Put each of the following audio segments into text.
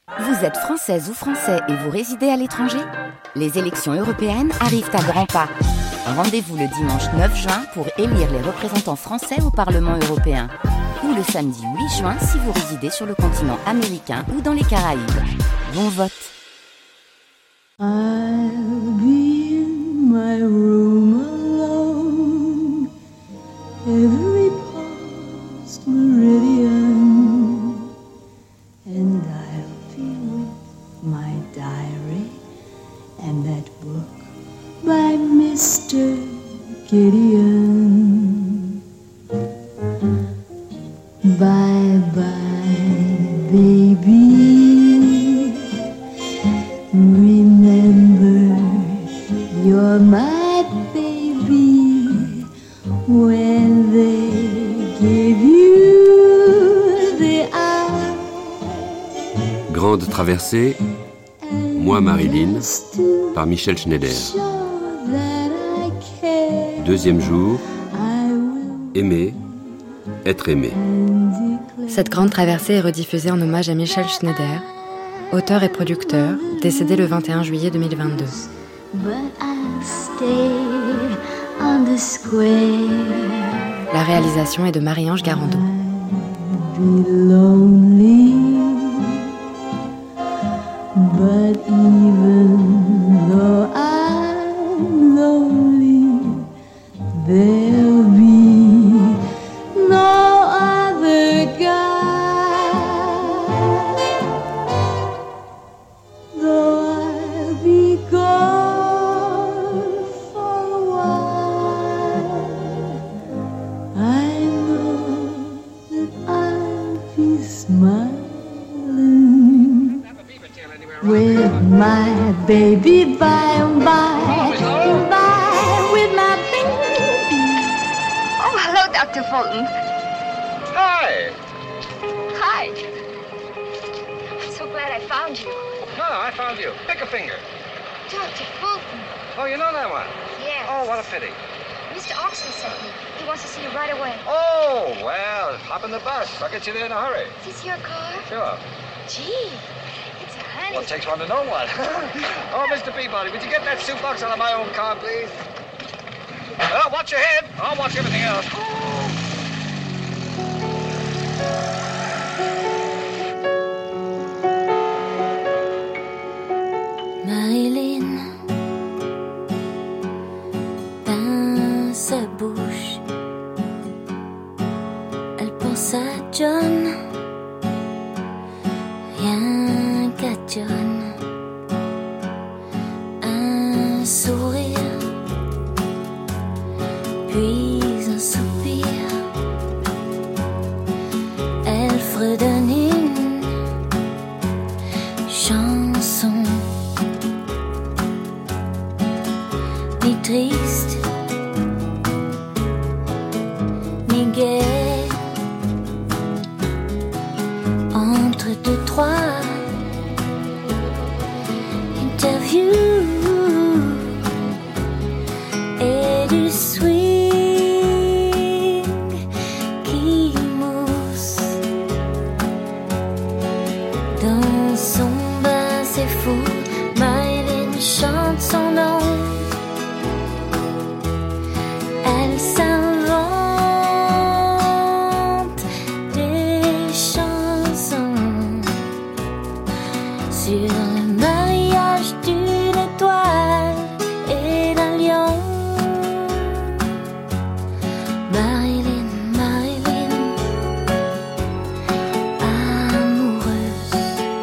Vous êtes française ou français et vous résidez à l'étranger ? Les élections européennes arrivent à grands pas. Rendez-vous le dimanche 9 juin pour élire les représentants français au Parlement européen. Ou le samedi 8 juin si vous résidez sur le continent américain ou dans les Caraïbes. Bon vote. I'll be in my room alone, every past meridian, and I'll be with my diary and that book by Mr. Gideon. Bye bye, baby. Remember, you're my baby. When they give you the eye. Grande traversée, moi Marilyn, par Michel Schneider. Deuxième jour, aimer, être aimé. Cette grande traversée est rediffusée en hommage à Michel Schneider, auteur et producteur, décédé le 21 juillet 2022. La réalisation est de Marie-Ange Garando. But even though I'm lonely, there'll be no other guy. Though I'll be gone for a while, I know that I'll be smiling with my baby by and by, with my baby. Oh, hello, Dr. Fulton. Hi. Hi. I'm so glad I found you. No, I found you. Pick a finger. Dr. Fulton. Oh, you know that one? Yes. Oh, what a pity. Mr. Oxley sent me. He wants to see you right away. Oh, well, hop in the bus. I'll get you there in a hurry. Is this your car? Sure. Gee, it's a honey. Well, it takes one to know one. Oh, Mr. Peabody, would you get that soup box out of my own car, please? Well, watch your head. I'll watch everything else. Marilyn, dans sa bouche, elle pense à John, rien qu'à John. Un sourire, puis un soupir. Elle fredonne une chanson. Ni triste, ni gai, entre deux, trois, interview et du swing qui mousse dans son bain, c'est fou. Marilyn chante son nom. Elle s'invente des chansons sur le mariage d'une étoile et d'un lion. Marilyn, Marilyn, amoureuse,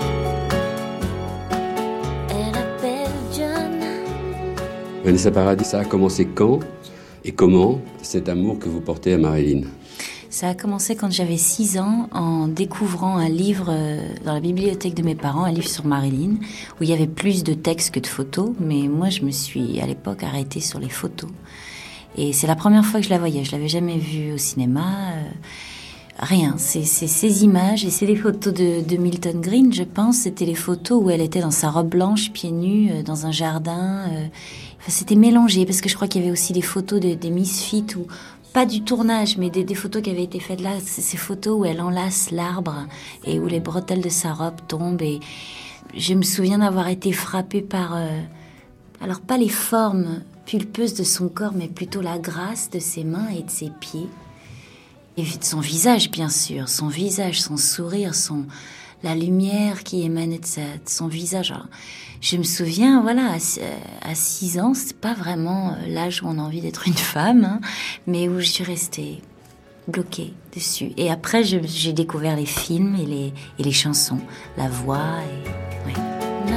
elle appelle John. Vanessa Paradis, ça a commencé quand et comment cet amour que vous portez à Marilyn? Ça a commencé quand j'avais 6 ans, en découvrant un livre dans la bibliothèque de mes parents, un livre sur Marilyn, où il y avait plus de textes que de photos, mais moi je me suis à l'époque arrêtée sur les photos. Et c'est la première fois que je la voyais, je l'avais jamais vue au cinéma, rien. C'est ces images, et c'est des photos de Milton Green, je pense, c'était les photos où elle était dans sa robe blanche, pieds nus, dans un jardin. Enfin, c'était mélangé, parce que je crois qu'il y avait aussi des photos des Misfits où pas du tournage, mais des photos qui avaient été faites là, ces photos où elle enlace l'arbre et où les bretelles de sa robe tombent. Et je me souviens d'avoir été frappée par, alors pas les formes pulpeuses de son corps, mais plutôt la grâce de ses mains et de ses pieds. Et de son visage, bien sûr, son visage, son sourire, la lumière qui émanait de son visage. Alors, je me souviens, voilà, à 6 ans, c'est pas vraiment l'âge où on a envie d'être une femme, hein, mais où je suis restée bloquée dessus. Et après, j'ai découvert les films et les chansons, la voix. Et, ouais.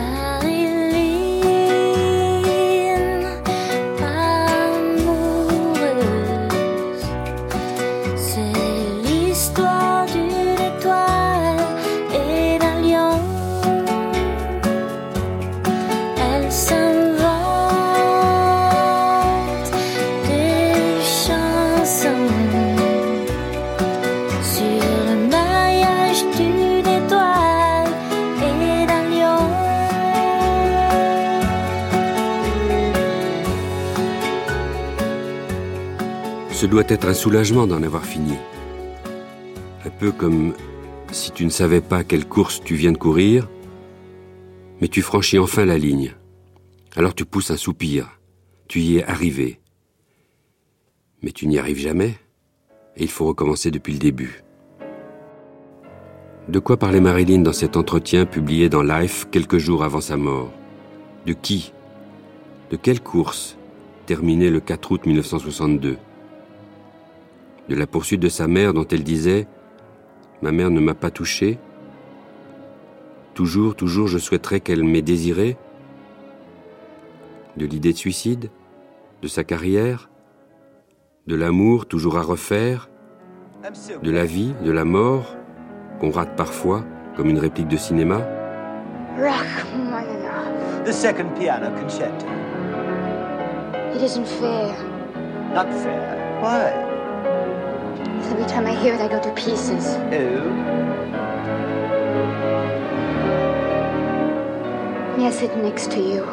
Ce doit être un soulagement d'en avoir fini. Un peu comme si tu ne savais pas quelle course tu viens de courir, mais tu franchis enfin la ligne. Alors tu pousses un soupir, tu y es arrivé. Mais tu n'y arrives jamais, et il faut recommencer depuis le début. De quoi parlait Marilyn dans cet entretien publié dans Life quelques jours avant sa mort? De qui? De quelle course, terminée le 4 août 1962? De la poursuite de sa mère dont elle disait « Ma mère ne m'a pas touché. Toujours, je souhaiterais qu'elle m'ait désiré. » De l'idée de suicide, de sa carrière, de l'amour toujours à refaire, de la vie, de la mort, qu'on rate parfois, comme une réplique de cinéma. Rachmaninoff. The second piano concerto. It isn't fair. Not fair. Why? Every time I hear it, I go to pieces. Oh? May I sit next to you?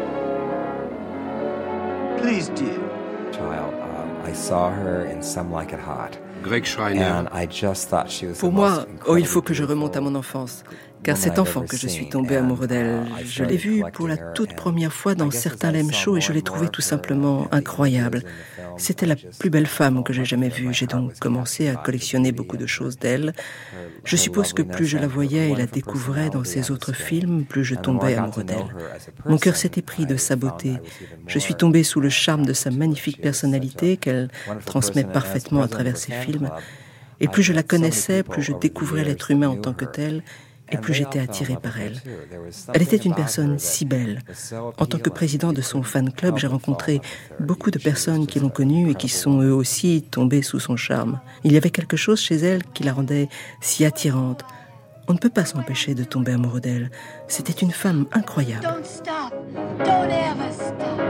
Please do. Child, I saw her in Some Like It Hot. Greg Schreiner. Pour moi, il faut que je remonte à mon enfance, car cet enfant que je suis tombé amoureux d'elle, je l'ai vue pour la toute première fois dans certains Lem Show et je l'ai trouvée tout simplement incroyable. C'était la plus belle femme que j'ai jamais vue. J'ai donc commencé à collectionner beaucoup de choses d'elle. Je suppose que plus je la voyais et la découvrais dans ses autres films, plus je tombais amoureux d'elle. Mon cœur s'était pris de sa beauté. Je suis tombé sous le charme de sa magnifique personnalité qu'elle transmet parfaitement à travers ses films. Et plus je la connaissais, plus je découvrais l'être humain en tant que tel, et plus j'étais attiré par elle. Elle était une personne si belle. En tant que président de son fan club, j'ai rencontré beaucoup de personnes qui l'ont connue et qui sont eux aussi tombées sous son charme. Il y avait quelque chose chez elle qui la rendait si attirante. On ne peut pas s'empêcher de tomber amoureux d'elle. C'était une femme incroyable. Don't stop. Don't ever stop.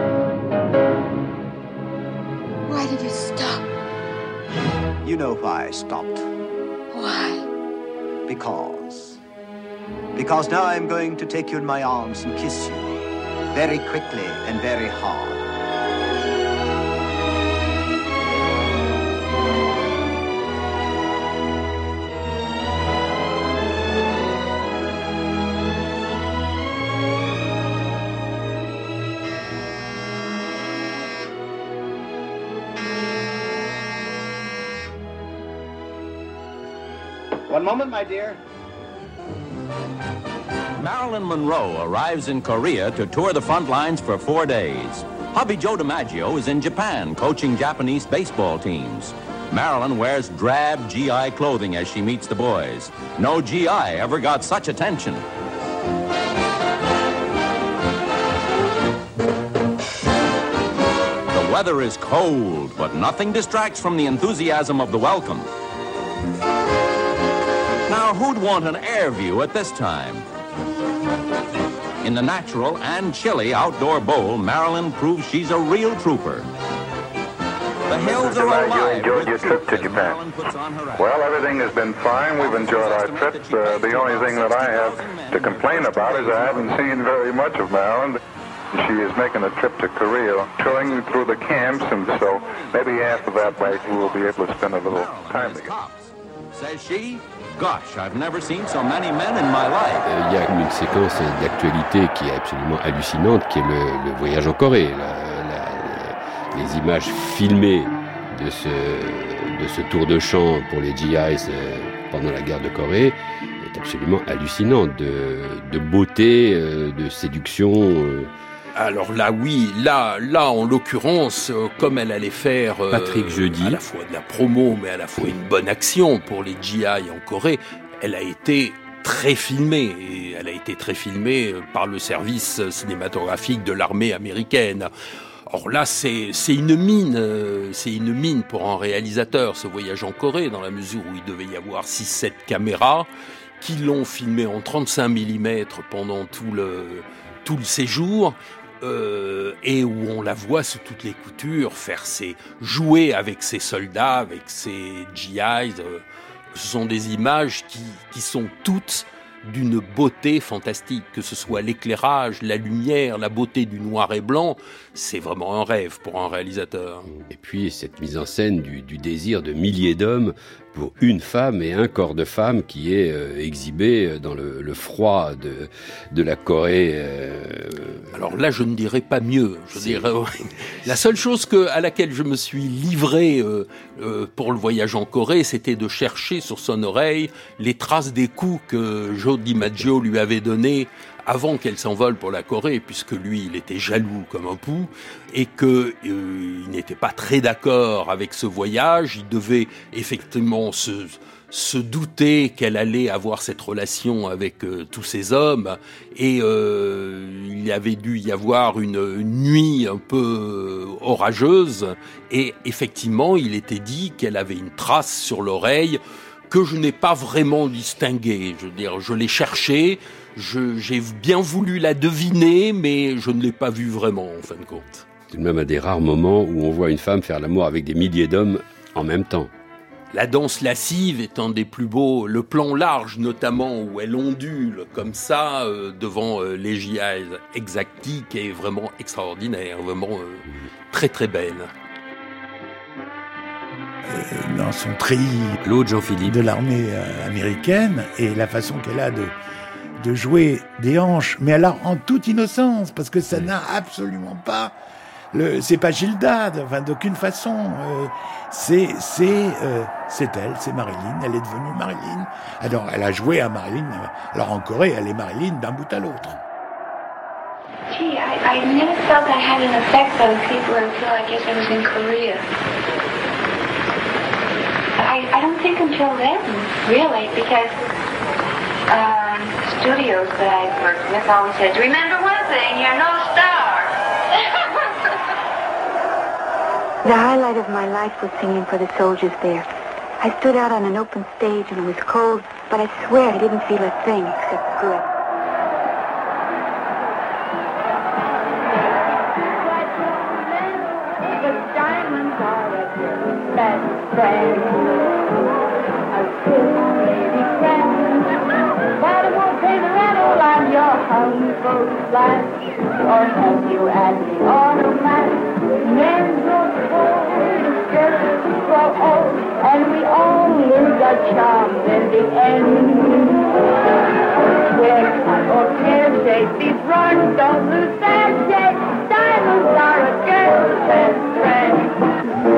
Why did you stop? You know why I stopped. Why? Because now I'm going to take you in my arms and kiss you. Very quickly and very hard. One moment, my dear. Marilyn Monroe arrives in Korea to tour the front lines for 4 days. Hubby Joe DiMaggio is in Japan coaching Japanese baseball teams. Marilyn wears drab GI clothing as she meets the boys. No GI ever got such attention. The weather is cold, but nothing distracts from the enthusiasm of the welcome. Now, who'd want an air view at this time? In the natural and chilly outdoor bowl, Marilyn proves she's a real trooper. The hills are alive. You enjoyed your trip to Japan? Well, everything has been fine. We've enjoyed our trip. The only thing that I have to complain about is I haven't seen very much of Marilyn. She is making a trip to Korea, showing you through the camps, and so maybe after that night we will be able to spend a little time together. Says she, gosh, I've never seen so many men in my life. Il y a une séquence d'actualité qui est absolument hallucinante, qui est le voyage en Corée. Les images filmées de ce tour de champ pour les GIs pendant la guerre de Corée est absolument hallucinante, de beauté, de séduction. Alors là, oui, là, en l'occurrence, comme elle allait faire Patrick Jeudi, à la fois de la promo, mais à la fois une bonne action pour les GI en Corée, elle a été très filmée, et elle a été très filmée par le service cinématographique de l'armée américaine. Or là, c'est une mine pour un réalisateur, ce voyage en Corée, dans la mesure où il devait y avoir 6-7 caméras qui l'ont filmé en 35 mm pendant tout le séjour. Et où on la voit sous toutes les coutures jouer avec ses soldats, avec ses GIs. Ce sont des images qui sont toutes d'une beauté fantastique, que ce soit l'éclairage, la lumière, la beauté du noir et blanc, c'est vraiment un rêve pour un réalisateur. Et puis cette mise en scène du désir de milliers d'hommes pour une femme et un corps de femme qui est exhibé dans le froid de la Corée. Alors là, je ne dirais pas mieux. La seule chose à laquelle je me suis livré pour le voyage en Corée, c'était de chercher sur son oreille les traces des coups que Joe DiMaggio lui avait donnés avant qu'elle s'envole pour la Corée, puisque lui, il était jaloux comme un pou, et que il n'était pas très d'accord avec ce voyage. Il devait effectivement se douter qu'elle allait avoir cette relation avec tous ces hommes, et il avait dû y avoir une nuit un peu orageuse, et effectivement, il était dit qu'elle avait une trace sur l'oreille que je n'ai pas vraiment distinguée. Je veux dire, je l'ai cherchée, j'ai bien voulu la deviner, mais je ne l'ai pas vue vraiment, en fin de compte. C'est même un des rares moments où on voit une femme faire l'amour avec des milliers d'hommes en même temps. La danse lascive est un des plus beaux, le plan large notamment, où elle ondule comme ça devant les GIs exactiques, est vraiment extraordinaire, vraiment très très belle. Dans son treillis Claude Jean-Philippe de l'armée américaine, et la façon qu'elle a de jouer des hanches, mais alors en toute innocence, parce que ça n'a absolument pas c'est pas Gilda, enfin d'aucune façon. C'est elle, c'est Marilyn. Elle est devenue Marilyn. Alors elle a joué à Marilyn. Alors en Corée, elle est Marilyn d'un bout à l'autre. Gee, I never felt I had an effect on people until I guess I was in Korea. I don't think until then, really, because studios that I've worked with always said, remember one thing, you're no star. The highlight of my life was singing for the soldiers there. I stood out on an open stage and it was cold, but I swear I didn't feel a thing except good. The diamonds are at your best friend. A good lady friend. But it won't pay the rent on your humble life, or help you at the automat. Men grow old, girls grow old, and we all lose our charms in the end. Where cut or tear shape, these runs don't lose their shape. Diamonds are a girl's best friend.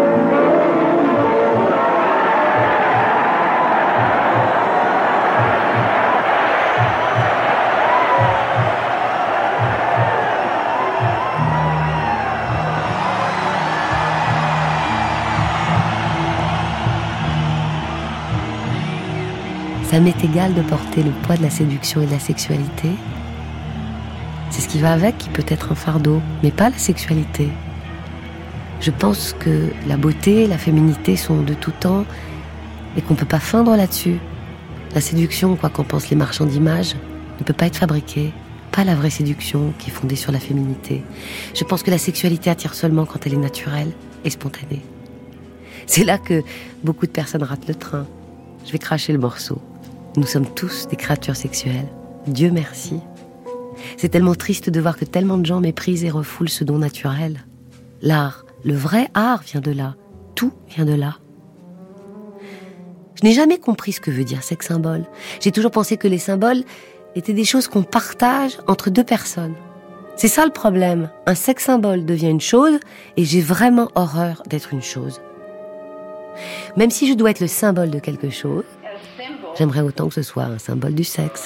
Ça m'est égal de porter le poids de la séduction et de la sexualité. C'est ce qui va avec qui peut être un fardeau, mais pas la sexualité. Je pense que la beauté et la féminité sont de tout temps et qu'on ne peut pas feindre là-dessus. La séduction, quoi qu'en pensent les marchands d'images, ne peut pas être fabriquée. Pas la vraie séduction qui est fondée sur la féminité. Je pense que la sexualité attire seulement quand elle est naturelle et spontanée. C'est là que beaucoup de personnes ratent le train. Je vais cracher le morceau. Nous sommes tous des créatures sexuelles. Dieu merci. C'est tellement triste de voir que tellement de gens méprisent et refoulent ce don naturel. L'art, le vrai art vient de là. Tout vient de là. Je n'ai jamais compris ce que veut dire sex symbole. J'ai toujours pensé que les symboles étaient des choses qu'on partage entre deux personnes. C'est ça le problème. Un sex symbole devient une chose et j'ai vraiment horreur d'être une chose. Même si je dois être le symbole de quelque chose, j'aimerais autant que ce soit un symbole du sexe.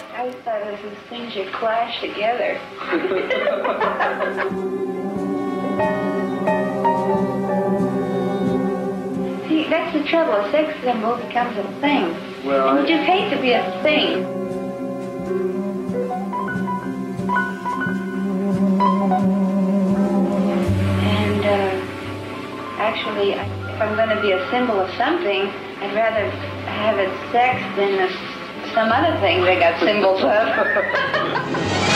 See, that's the trouble. A sex symbol becomes a thing. Well, and you just hate to be a thing. And actually, if I'm going to be a symbol of something, I'd rather have it sex than some other thing they got symbols of.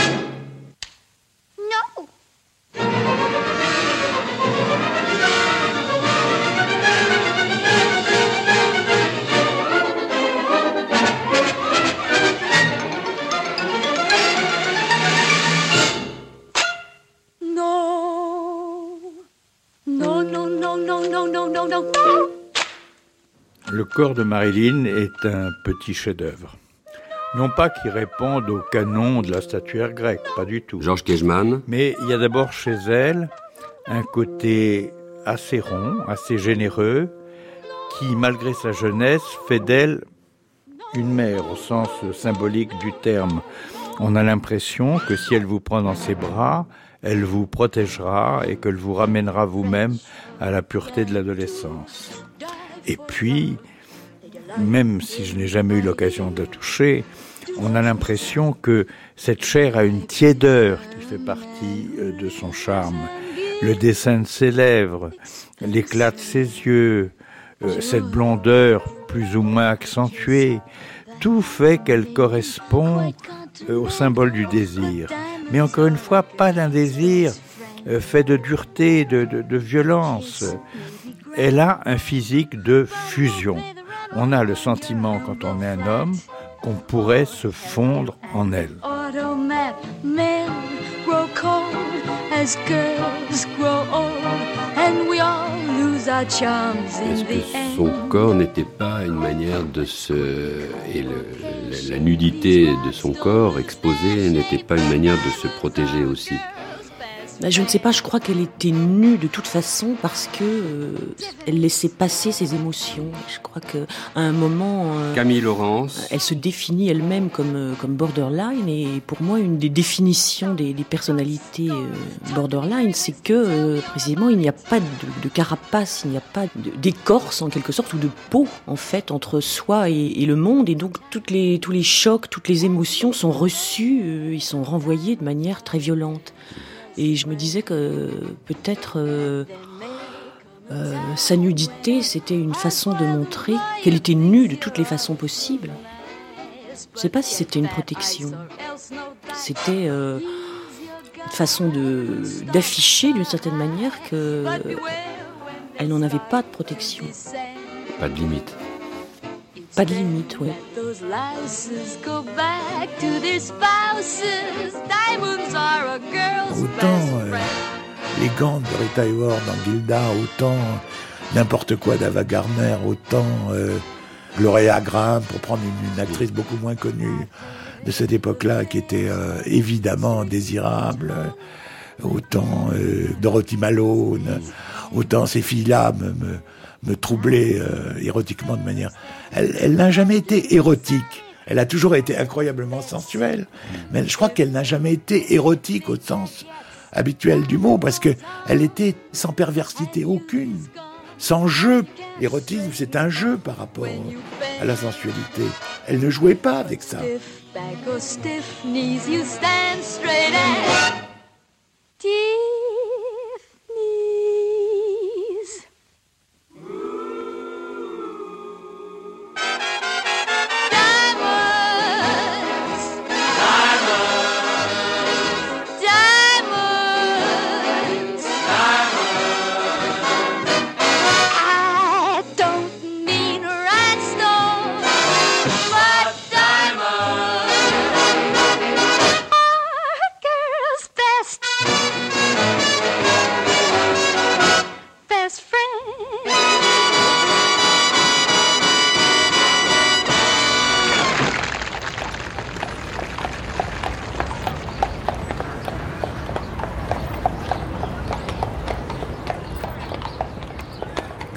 Le corps de Marilyn est un petit chef-d'œuvre. Non pas qu'il réponde au canon de la statuaire grecque, pas du tout. Georges Kejman. Mais il y a d'abord chez elle un côté assez rond, assez généreux, qui, malgré sa jeunesse, fait d'elle une mère au sens symbolique du terme. On a l'impression que si elle vous prend dans ses bras, elle vous protégera et qu'elle vous ramènera vous-même à la pureté de l'adolescence. Et puis, même si je n'ai jamais eu l'occasion de la toucher, on a l'impression que cette chair a une tiédeur qui fait partie de son charme. Le dessin de ses lèvres, l'éclat de ses yeux, cette blondeur plus ou moins accentuée, tout fait qu'elle correspond au symbole du désir. Mais encore une fois, pas d'un désir fait de dureté, de violence. Elle a un physique de fusion. On a le sentiment, quand on est un homme, qu'on pourrait se fondre en elle. Est-ce que son corps n'était pas une manière de se... Et la nudité de son corps exposé n'était pas une manière de se protéger aussi? Je ne sais pas, je crois qu'elle était nue de toute façon parce que elle laissait passer ses émotions. Je crois qu'à un moment... Camille Laurence. Elle se définit elle-même comme borderline et pour moi, une des définitions des personnalités borderline, c'est que précisément, il n'y a pas de carapace, il n'y a pas d'écorce en quelque sorte ou de peau en fait entre soi et le monde et donc tous les chocs, toutes les émotions sont reçus, ils sont renvoyés de manière très violente. Et je me disais que peut-être sa nudité, c'était une façon de montrer qu'elle était nue de toutes les façons possibles. Je ne sais pas si c'était une protection. C'était une façon d'afficher d'une certaine manière qu'elle n'en avait pas de protection. Pas de limite. Pas de limite, ouais. Autant les gants de Rita Hayworth dans Gilda, autant n'importe quoi d'Ava Gardner, autant Gloria Graham, pour prendre une actrice beaucoup moins connue de cette époque-là, qui était évidemment désirable, autant Dorothy Malone, autant ces filles-là me troublaient érotiquement de manière... Elle n'a jamais été érotique. Elle a toujours été incroyablement sensuelle. Mais je crois qu'elle n'a jamais été érotique au sens habituel du mot, parce que elle était sans perversité aucune, sans jeu. L'érotisme, c'est un jeu par rapport à la sensualité. Elle ne jouait pas avec ça.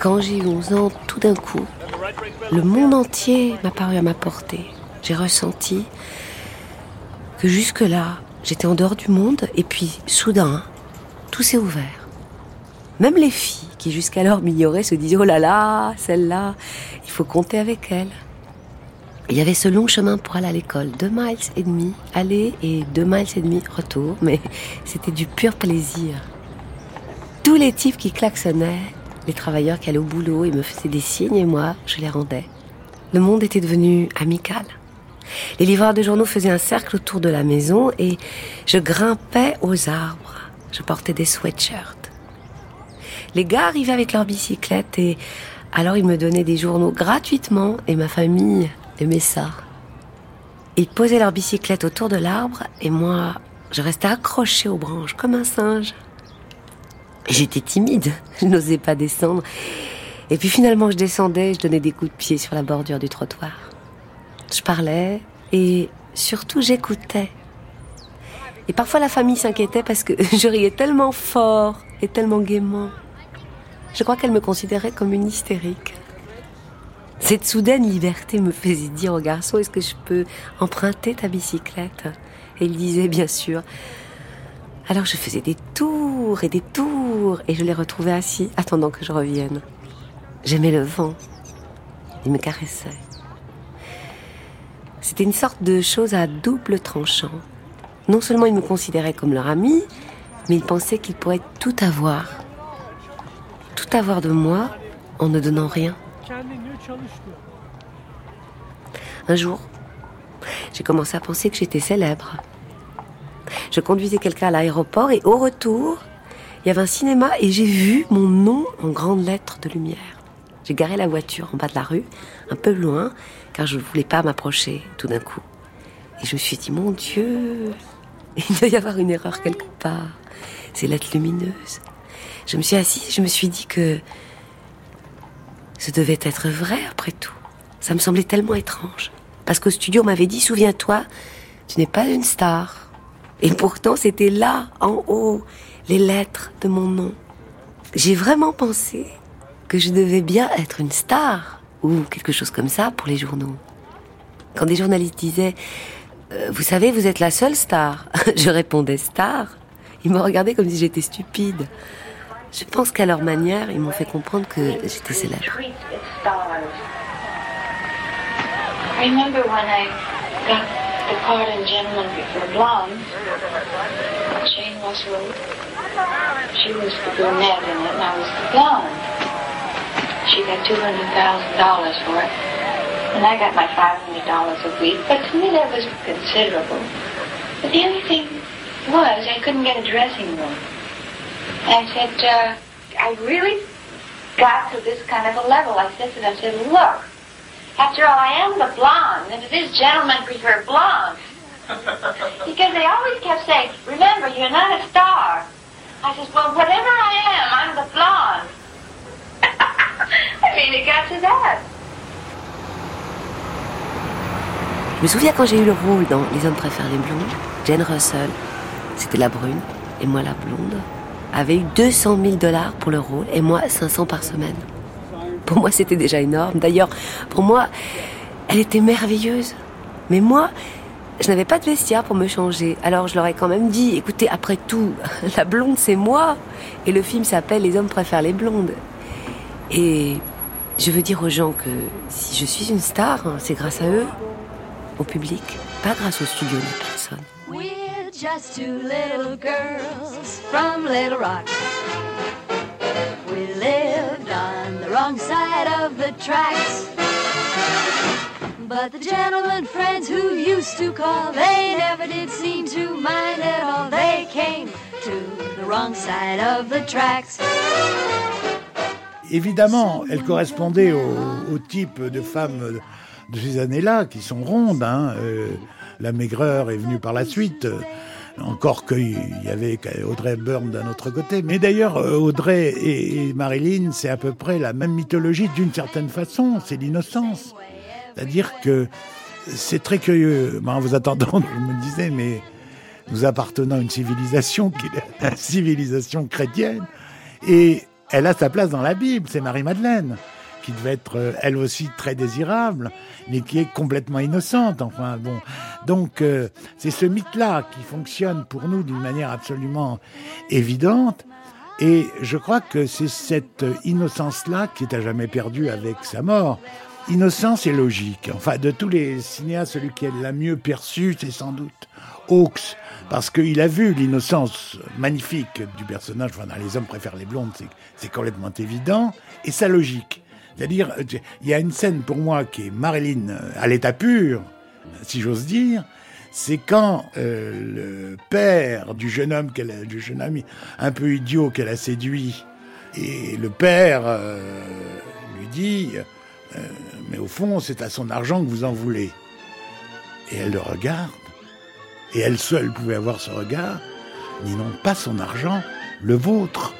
quand j'ai eu 11 ans, tout d'un coup, le monde entier m'a paru à ma portée. J'ai ressenti que jusque-là, j'étais en dehors du monde, et puis, soudain, tout s'est ouvert. Même les filles, qui jusqu'alors m'ignoraient, se disaient « Oh là là, celle-là, il faut compter avec elle ». Il y avait ce long chemin pour aller à l'école, 2,5 miles aller et 2,5 miles retour, mais c'était du pur plaisir. Tous les types qui klaxonnaient, les travailleurs qui allaient au boulot et me faisaient des signes, et moi, je les rendais. Le monde était devenu amical. Les livreurs de journaux faisaient un cercle autour de la maison et je grimpais aux arbres. Je portais des sweatshirts. Les gars arrivaient avec leurs bicyclettes et alors ils me donnaient des journaux gratuitement et ma famille aimait ça. Ils posaient leurs bicyclettes autour de l'arbre et moi, je restais accrochée aux branches comme un singe. J'étais timide, je n'osais pas descendre. Et puis finalement, je descendais, je donnais des coups de pied sur la bordure du trottoir. Je parlais et surtout j'écoutais. Et parfois la famille s'inquiétait parce que je riais tellement fort et tellement gaiement. Je crois qu'elle me considérait comme une hystérique. Cette soudaine liberté me faisait dire au garçon « Est-ce que je peux emprunter ta bicyclette ?» Et il disait « Bien sûr ». Alors je faisais des tours et je les retrouvais assis attendant que je revienne. J'aimais le vent. Il me caressait. C'était une sorte de chose à double tranchant. Non seulement il me considérait comme leur ami, mais il pensait qu'il pourrait tout avoir. Tout avoir de moi en ne donnant rien. Un jour, j'ai commencé à penser que j'étais célèbre. Je conduisais quelqu'un à l'aéroport et au retour, il y avait un cinéma et j'ai vu mon nom en grandes lettres de lumière. J'ai garé la voiture en bas de la rue, un peu loin, car je ne voulais pas m'approcher tout d'un coup. Et je me suis dit, mon Dieu, il doit y avoir une erreur quelque part. Ces lettres lumineuses. Je me suis assise, je me suis dit que ce devait être vrai après tout. Ça me semblait tellement étrange. Parce qu'au studio, on m'avait dit, souviens-toi, tu n'es pas une star. Et pourtant, c'était là, en haut, les lettres de mon nom. J'ai vraiment pensé que je devais bien être une star, ou quelque chose comme ça pour les journaux. Quand des journalistes disaient « Vous savez, vous êtes la seule star », je répondais « Star ». Ils me regardaient comme si j'étais stupide. Je pense qu'à leur manière, ils m'ont fait comprendre que j'étais célèbre. I remember when I got the part in Gentlemen Prefer Blondes, Jane Russell, she was the brunette in it and I was the blonde. She got $200,000 for it, and I got my $500 a week, but to me that was considerable. But the other thing was I couldn't get a dressing room. And I said, I really got to this kind of a level. I said to them, look, after all, I am the blonde, and it is Gentlemen Prefer Blondes. Because they always kept saying, remember, you're not a star. I said, well, whatever I am, I'm the blonde. I mean, it got to that. Je me souviens quand j'ai eu le rôle dans Les hommes préfèrent les blondes, Jane Russell, c'était la brune, et moi la blonde, avait eu $200,000 pour le rôle, et moi 500 par semaine. Pour moi, c'était déjà énorme. D'ailleurs, pour moi, elle était merveilleuse. Mais moi, je n'avais pas de vestiaire pour me changer. Alors, je leur ai quand même dit, écoutez, après tout, la blonde, c'est moi. Et le film s'appelle Les hommes préfèrent les blondes. Et je veux dire aux gens que si je suis une star, c'est grâce à eux, au public, pas grâce au studio ni personne. We're just two little girls from Little Rock. We lived on the wrong side of the tracks. But the gentlemen friends who used to call, they never did seem to mind at all. They came to the wrong side of the tracks. Évidemment, elle correspondait au type de femmes de ces années-là, qui sont rondes. La maigreur est venue par la suite. Encore qu'il y avait Audrey Hepburn d'un autre côté. Mais d'ailleurs, Audrey et Marilyn, c'est à peu près la même mythologie d'une certaine façon. C'est l'innocence. C'est-à-dire que c'est très curieux. En vous attendant, je me disais, mais nous appartenons à une civilisation qui est la civilisation chrétienne. Et elle a sa place dans la Bible, c'est Marie-Madeleine, qui devait être elle aussi très désirable, mais qui est complètement innocente. Enfin bon, donc c'est ce mythe-là qui fonctionne pour nous d'une manière absolument évidente. Et je crois que c'est cette innocence-là qui est à jamais perdue avec sa mort. Innocence et logique. Enfin, de tous les cinéastes, celui qui l'a mieux perçu, c'est sans doute Hawks, parce qu'il a vu l'innocence magnifique du personnage. Enfin, dans Les hommes préfèrent les blondes, c'est complètement évident. Et sa logique. C'est-à-dire, il y a une scène pour moi qui est Marilyn à l'état pur, si j'ose dire. C'est quand le père du jeune homme un peu idiot qu'elle a séduit, et le père lui dit mais au fond c'est à son argent que vous en voulez. Et elle le regarde, et elle seule pouvait avoir ce regard, ni non pas son argent, le vôtre.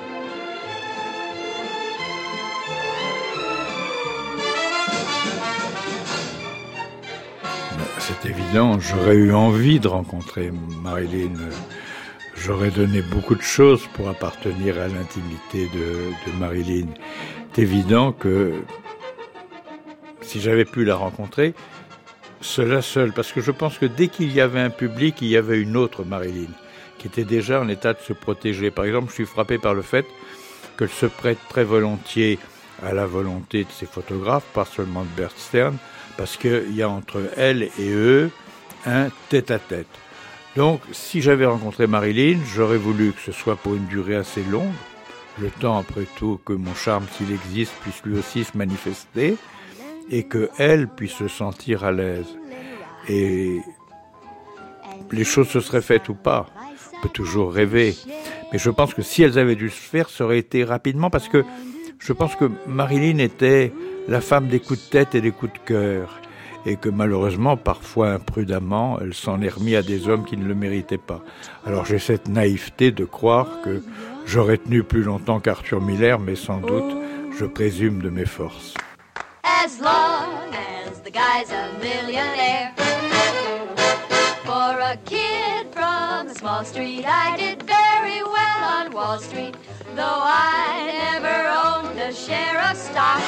C'est évident, j'aurais eu envie de rencontrer Marilyn. J'aurais donné beaucoup de choses pour appartenir à l'intimité de Marilyn. C'est évident que si j'avais pu la rencontrer, cela seul, parce que je pense que dès qu'il y avait un public, il y avait une autre Marilyn, qui était déjà en état de se protéger. Par exemple, je suis frappé par le fait qu'elle se prête très volontiers à la volonté de ses photographes, pas seulement de Bert Stern, parce qu'il y a entre elle et eux un tête-à-tête. Donc, si j'avais rencontré Marilyn, j'aurais voulu que ce soit pour une durée assez longue, le temps, après tout, que mon charme, s'il existe, puisse lui aussi se manifester, et qu'elle puisse se sentir à l'aise. Et les choses se seraient faites ou pas. On peut toujours rêver. Mais je pense que si elles avaient dû se faire, ça aurait été rapidement, parce que je pense que Marilyn était la femme des coups de tête et des coups de cœur, et que malheureusement, parfois imprudemment, elle s'en est remis à des hommes qui ne le méritaient pas. Alors j'ai cette naïveté de croire que j'aurais tenu plus longtemps qu'Arthur Miller, mais sans doute, je présume de mes forces. As long as the guy's a millionaire. For a kid from a small street, I did very well on Wall Street, though I never owned a share of stock.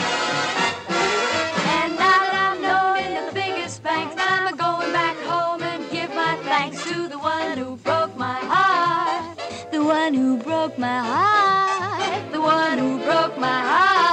And now that I'm known in the biggest banks, I'm going back home and give my thanks to the one who broke my heart. The one who broke my heart. The one who broke my heart.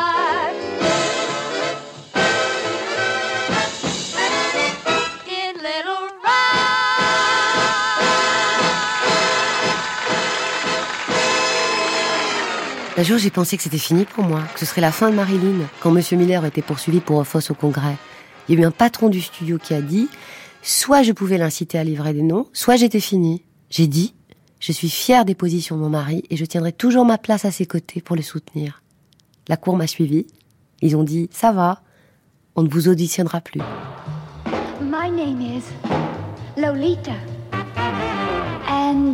Un jour, j'ai pensé que c'était fini pour moi, que ce serait la fin de Marilyn, quand M. Miller était poursuivi pour fausse au Congrès. Il y a eu un patron du studio qui a dit « Soit je pouvais l'inciter à livrer des noms, soit j'étais finie. » J'ai dit « Je suis fière des positions de mon mari et je tiendrai toujours ma place à ses côtés pour le soutenir. » La cour m'a suivie. Ils ont dit « Ça va, on ne vous auditionnera plus. » My name is Lolita. And,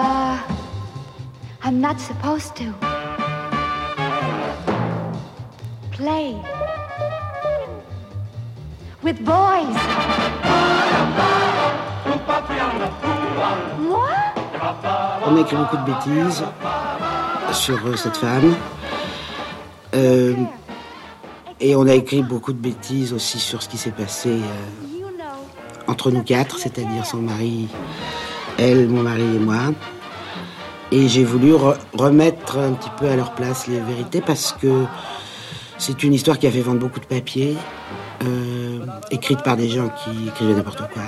I'm not supposed to play with boys. Moi? On a écrit beaucoup de bêtises sur cette femme. Et on a écrit beaucoup de bêtises aussi sur ce qui s'est passé entre nous quatre, c'est-à-dire son mari, elle, mon mari et moi. Et j'ai voulu remettre un petit peu à leur place les vérités parce que c'est une histoire qui a fait vendre beaucoup de papiers, écrite par des gens qui écrivaient n'importe quoi.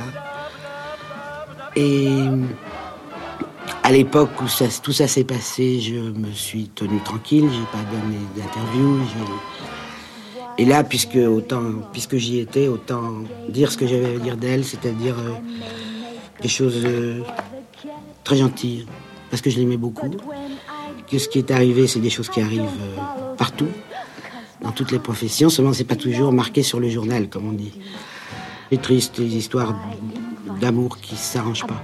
Et à l'époque où tout ça s'est passé, je me suis tenue tranquille, j'ai pas donné d'interview. Et là, puisque j'y étais, autant dire ce que j'avais à dire d'elle, c'est-à-dire des choses très gentilles, parce que je l'aimais beaucoup. Que ce qui est arrivé, c'est des choses qui arrivent partout, dans toutes les professions, seulement c'est pas toujours marqué sur le journal, comme on dit. Les tristes, les histoires d'amour qui s'arrangent pas.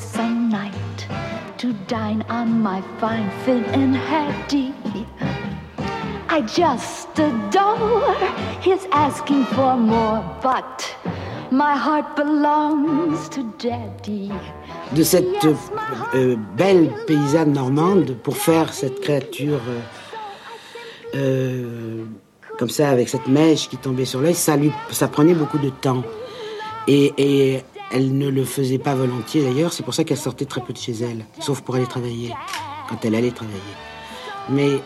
To dine on my fine fin and Hattie. I just adore his asking for more, but my heart belongs to Daddy. De cette belle paysanne normande pour faire cette créature comme ça, avec cette mèche qui tombait sur l'œil, ça prenait beaucoup de temps. Et elle ne le faisait pas volontiers d'ailleurs, c'est pour ça qu'elle sortait très peu de chez elle, sauf pour aller travailler, quand elle allait travailler. Mais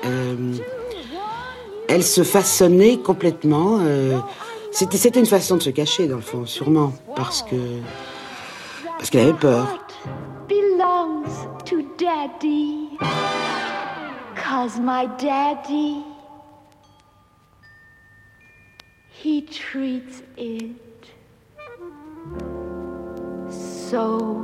elle se façonnait complètement. C'était une façon de se cacher, dans le fond, sûrement, parce qu'elle avait peur. Belongs to Daddy, 'cause my daddy, he treats it so.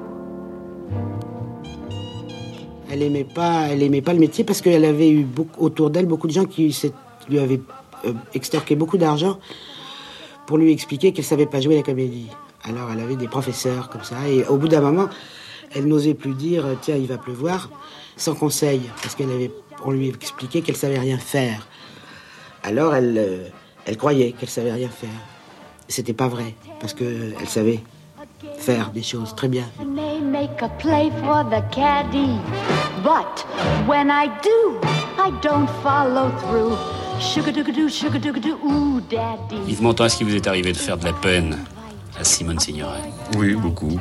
Elle aimait pas le métier parce qu'elle avait eu autour d'elle beaucoup de gens qui lui avaient extorqué beaucoup d'argent pour lui expliquer qu'elle savait pas jouer la comédie. Alors elle avait des professeurs comme ça, et au bout d'un moment, elle n'osait plus dire « Tiens, il va pleuvoir » sans conseil, parce qu'on lui expliquait qu'elle savait rien faire. Alors elle croyait qu'elle savait rien faire. C'était pas vrai, parce qu'elle savait faire des choses très bien. May make a play for the caddy, but when I do, I don't follow through. Sugar-doo-doo, ooh, daddy. Yves Montand, est-ce qu'il vous est arrivé de faire de la peine à Simone Signoret? Oui, beaucoup.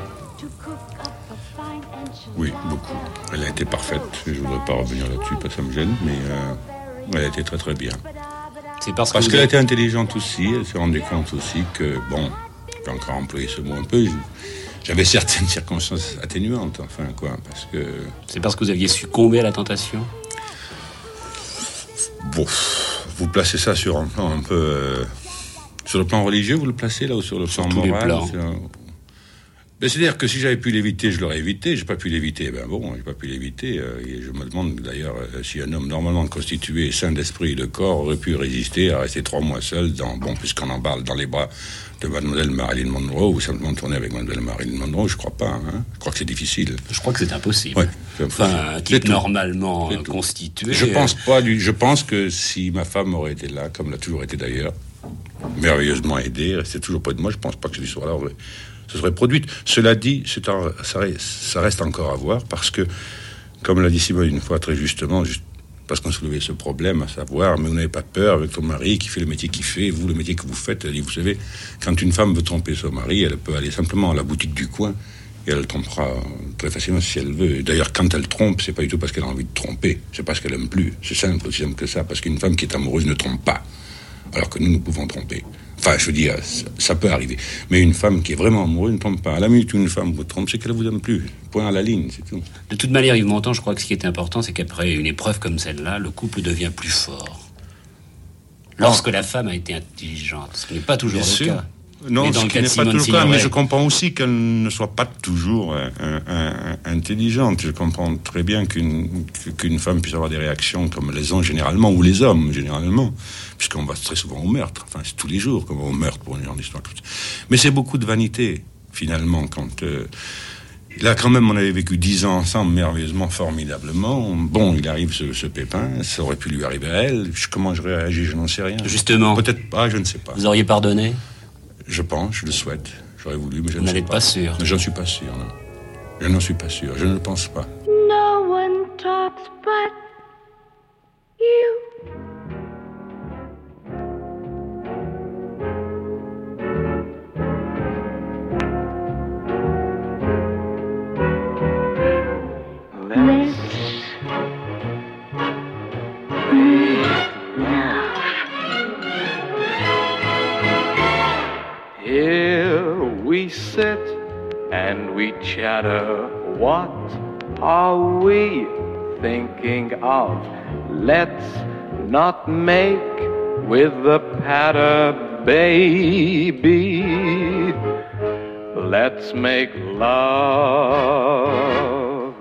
Oui, beaucoup. Elle a été parfaite. Je ne voudrais pas revenir là-dessus, parce que ça me gêne, mais elle a été très très bien. C'est parce qu'elle était intelligente aussi. Elle se rendait compte aussi que, bon, je vais encore employer ce mot un peu, j'avais certaines circonstances atténuantes, enfin, quoi, parce que... C'est parce que vous aviez succombé à la tentation? Bon, vous placez ça sur un plan un peu... sur le plan religieux, vous le placez là, ou sur le plan moral? Ben, c'est-à-dire que si j'avais pu l'éviter, je l'aurais évité. J'ai pas pu l'éviter. Ben bon, j'ai pas pu l'éviter. Et je me demande d'ailleurs si un homme normalement constitué, sain d'esprit et de corps, aurait pu résister à rester 3 mois seul puisqu'on emballe dans les bras de Mademoiselle Marilyn Monroe, ou simplement tourner avec Mademoiselle Marilyn Monroe. Je crois pas. Hein. Je crois que c'est difficile. Je crois que c'est impossible. Ouais, enfin, qui est normalement constitué. Je pense pas. Je pense que si ma femme aurait été là, comme elle a toujours été d'ailleurs, merveilleusement aidée, restait toujours près de moi, je pense pas que cette histoire-là se serait produite. Cela dit, ça reste encore à voir, parce que, comme l'a dit Simone une fois très justement, parce qu'on soulevait ce problème, à savoir, mais vous n'avez pas peur avec ton mari qui fait le métier qu'il fait, vous, le métier que vous faites. Elle dit, vous savez, quand une femme veut tromper son mari, elle peut aller simplement à la boutique du coin, et elle le trompera très facilement si elle veut. Et d'ailleurs, quand elle trompe, c'est pas du tout parce qu'elle a envie de tromper, c'est parce qu'elle aime plus. C'est simple, aussi simple que ça, parce qu'une femme qui est amoureuse ne trompe pas, alors que nous pouvons tromper. Enfin, je veux dire, ça peut arriver. Mais une femme qui est vraiment amoureuse ne trompe pas. À la minute où une femme vous trompe, c'est qu'elle ne vous aime plus. Point à la ligne, c'est tout. De toute manière, Yves Montand, je crois que ce qui est important, c'est qu'après une épreuve comme celle-là, le couple devient plus fort. Lorsque la femme a été intelligente, ce qui n'est pas toujours le cas. Non, ce qui n'est pas toujours le cas, mais je comprends aussi qu'elle ne soit pas toujours intelligente. Je comprends très bien qu'une femme puisse avoir des réactions comme les ont généralement, ou les hommes généralement, puisqu'on va très souvent au meurtre. Enfin, c'est tous les jours qu'on va au meurtre pour une genre d'histoire. Mais c'est beaucoup de vanité, finalement, quand... Là, quand même, on avait vécu 10 ans ensemble, merveilleusement, formidablement. Bon, il arrive ce pépin, ça aurait pu lui arriver à elle. Comment j'aurais réagi, je n'en sais rien. Justement. Peut-être pas, je ne sais pas. Vous auriez pardonné? Je pense, je le souhaite. J'aurais voulu, mais je ne sais pas. Vous n'êtes pas sûr? Mais j'en suis pas sûr, non. Je n'en suis pas sûr, je ne le pense pas. No one talks but you. We sit and we chatter. What are we thinking of? Let's not make with the patter, baby. Let's make love.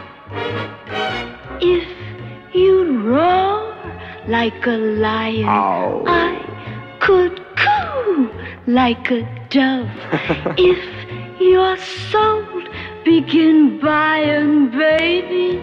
If you roar like a lion, ow, I could coo like a dove. If your soul begin buying, baby,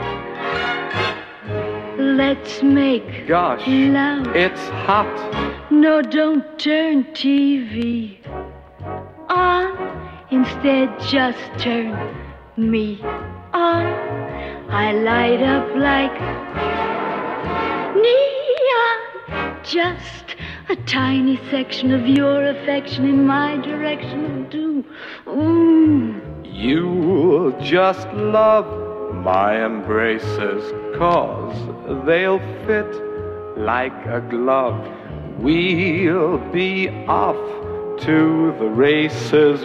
let's make gosh, love. It's hot. No, don't turn TV on. Instead, just turn me on. I light up like Neon, just a tiny section of your affection in my direction will do. Ooh. You'll just love my embraces, 'cause they'll fit like a glove. We'll be off to the races,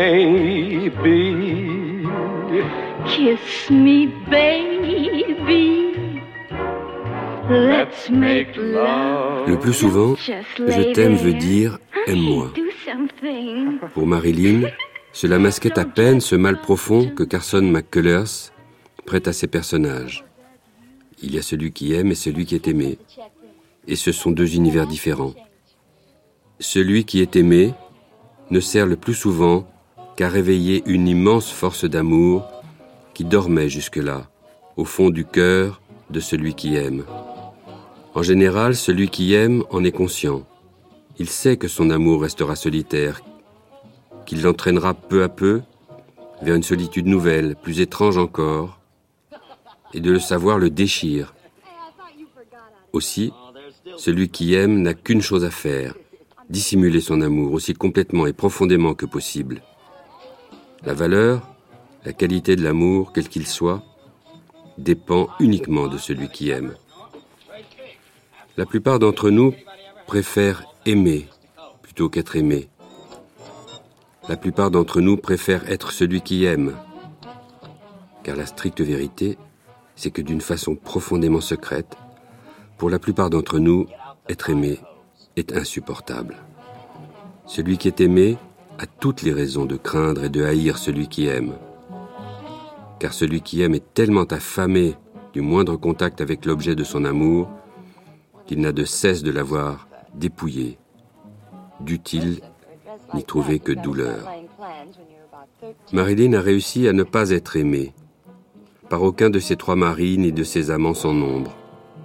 maybe. Kiss me, baby. Let's make love. Le plus souvent, je t'aime veut dire aime-moi. Pour Marilyn, cela masquait à peine ce mal profond que Carson McCullers prête à ses personnages. Il y a celui qui aime et celui qui est aimé. Et ce sont deux univers différents. Celui qui est aimé ne sert le plus souvent qu'à réveiller une immense force d'amour qui dormait jusque-là, au fond du cœur de celui qui aime. En général, celui qui aime en est conscient. Il sait que son amour restera solitaire, qu'il l'entraînera peu à peu vers une solitude nouvelle, plus étrange encore, et de le savoir le déchire. Aussi, celui qui aime n'a qu'une chose à faire, dissimuler son amour aussi complètement et profondément que possible. La valeur, la qualité de l'amour, quel qu'il soit, dépend uniquement de celui qui aime. La plupart d'entre nous préfèrent aimer plutôt qu'être aimé. La plupart d'entre nous préfèrent être celui qui aime. Car la stricte vérité, c'est que d'une façon profondément secrète, pour la plupart d'entre nous, être aimé est insupportable. Celui qui est aimé a toutes les raisons de craindre et de haïr celui qui aime. Car celui qui aime est tellement affamé du moindre contact avec l'objet de son amour qu'il n'a de cesse de l'avoir dépouillé, d'utile n'y trouver que douleur. Marilyn a réussi à ne pas être aimée par aucun de ses trois maris ni de ses amants sans nombre.